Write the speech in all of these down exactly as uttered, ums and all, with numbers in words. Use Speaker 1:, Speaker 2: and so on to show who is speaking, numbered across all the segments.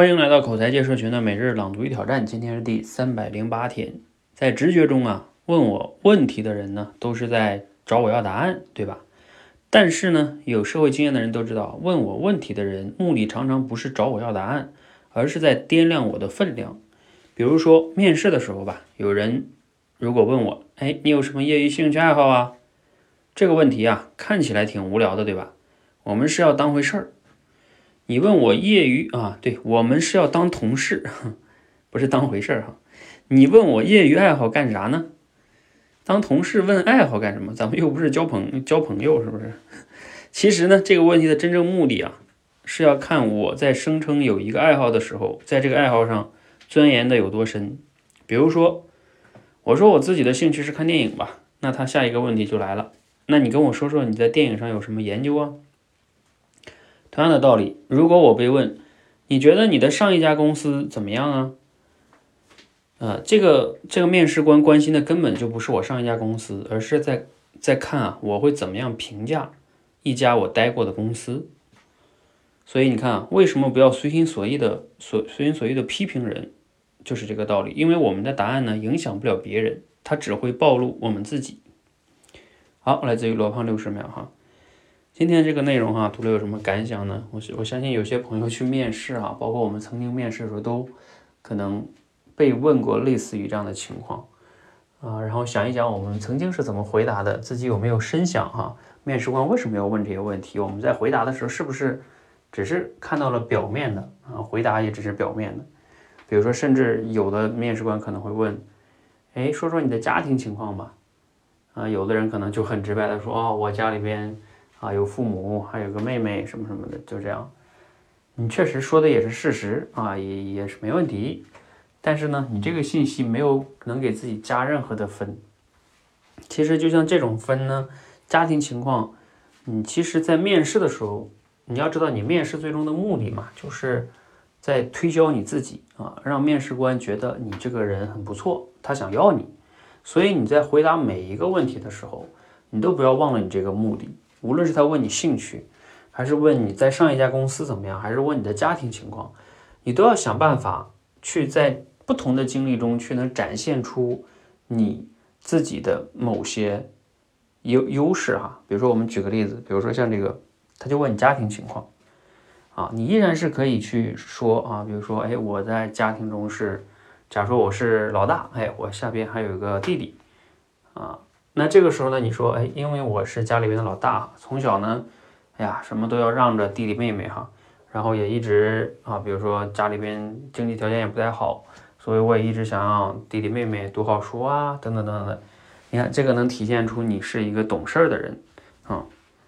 Speaker 1: 欢迎来到口才界社群的每日朗读与挑战，今天是第三百零八天。在直觉中啊，问我问题的人呢，都是在找我要答案，对吧？但是呢，有社会经验的人都知道，问我问题的人目的常常不是找我要答案，而是在掂量我的分量。比如说面试的时候吧，有人如果问我，哎，你有什么业余兴趣爱好啊？这个问题啊，看起来挺无聊的，对吧？我们是要当回事儿。你问我业余啊，对，我们是要当同事，不是当回事儿哈。你问我业余爱好干啥呢？当同事问爱好干什么？咱们又不是交朋交朋友，是不是？其实呢，这个问题的真正目的啊，是要看我在声称有一个爱好的时候，在这个爱好上钻研的有多深。比如说，我说我自己的兴趣是看电影吧，那他下一个问题就来了，那你跟我说说你在电影上有什么研究啊？同样的道理，如果我被问，你觉得你的上一家公司怎么样啊？呃，这个这个面试官关心的根本就不是我上一家公司，而是在在看啊，我会怎么样评价一家我待过的公司。所以你看啊，为什么不要随心所欲的所随心所欲的批评人，就是这个道理。因为我们的答案呢，影响不了别人，它只会暴露我们自己。好，来自于罗胖六十秒哈。今天这个内容哈，读了有什么感想呢？我我相信有些朋友去面试啊，包括我们曾经面试的时候，都可能被问过类似于这样的情况啊。然后想一想我们曾经是怎么回答的，自己有没有深想哈？面试官为什么要问这些问题？我们在回答的时候是不是只是看到了表面的啊？回答也只是表面的。比如说，甚至有的面试官可能会问，哎，说说你的家庭情况吧。啊，有的人可能就很直白的说，哦，我家里边。啊，有父母，还有个妹妹，什么什么的，就这样。你确实说的也是事实啊，也也是没问题。但是呢，你这个信息没有能给自己加任何的分。其实就像这种分呢，家庭情况，你其实在面试的时候，你要知道你面试最终的目的嘛，就是在推销你自己啊，让面试官觉得你这个人很不错，他想要你。所以你在回答每一个问题的时候，你都不要忘了你这个目的。无论是他问你兴趣，还是问你在上一家公司怎么样，还是问你的家庭情况，你都要想办法去在不同的经历中去能展现出你自己的某些优优势哈。比如说我们举个例子，比如说像这个，他就问你家庭情况啊，你依然是可以去说啊，比如说哎，我在家庭中是，假如说我是老大，哎，我下边还有一个弟弟啊。那这个时候呢，你说，哎，因为我是家里边的老大，从小呢，哎呀，什么都要让着弟弟妹妹哈，然后也一直啊，比如说家里边经济条件也不太好，所以我也一直想让弟弟妹妹读好书啊，等等等等的。你看，这个能体现出你是一个懂事的人啊。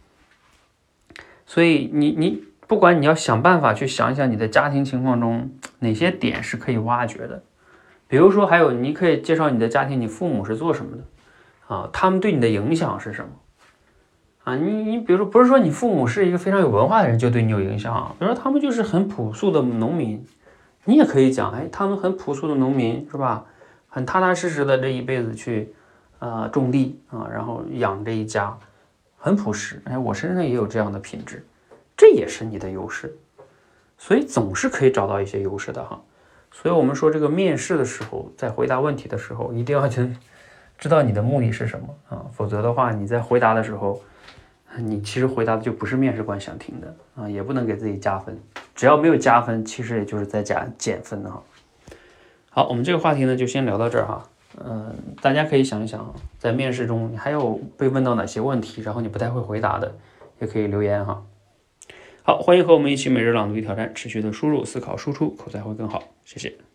Speaker 1: 所以你你不管你要想办法去想一想你的家庭情况中哪些点是可以挖掘的，比如说还有你可以介绍你的家庭，你父母是做什么的。啊，他们对你的影响是什么？啊，你你比如说，不是说你父母是一个非常有文化的人就对你有影响啊，比如说他们就是很朴素的农民，你也可以讲，哎，他们很朴素的农民是吧？很踏踏实实的这一辈子去呃种地啊，然后养这一家，很朴实。哎，我身上也有这样的品质，这也是你的优势，所以总是可以找到一些优势的哈。所以我们说这个面试的时候，在回答问题的时候，一定要去。知道你的目的是什么啊？否则的话，你在回答的时候，你其实回答的就不是面试官想听的啊，也不能给自己加分。只要没有加分，其实也就是在加减分的哈。好，我们这个话题呢就先聊到这儿哈。嗯、呃，大家可以想一想，在面试中你还有被问到哪些问题，然后你不太会回答的，也可以留言哈。好，欢迎和我们一起每日朗读与挑战，持续的输入、思考、输出，口才会更好。谢谢。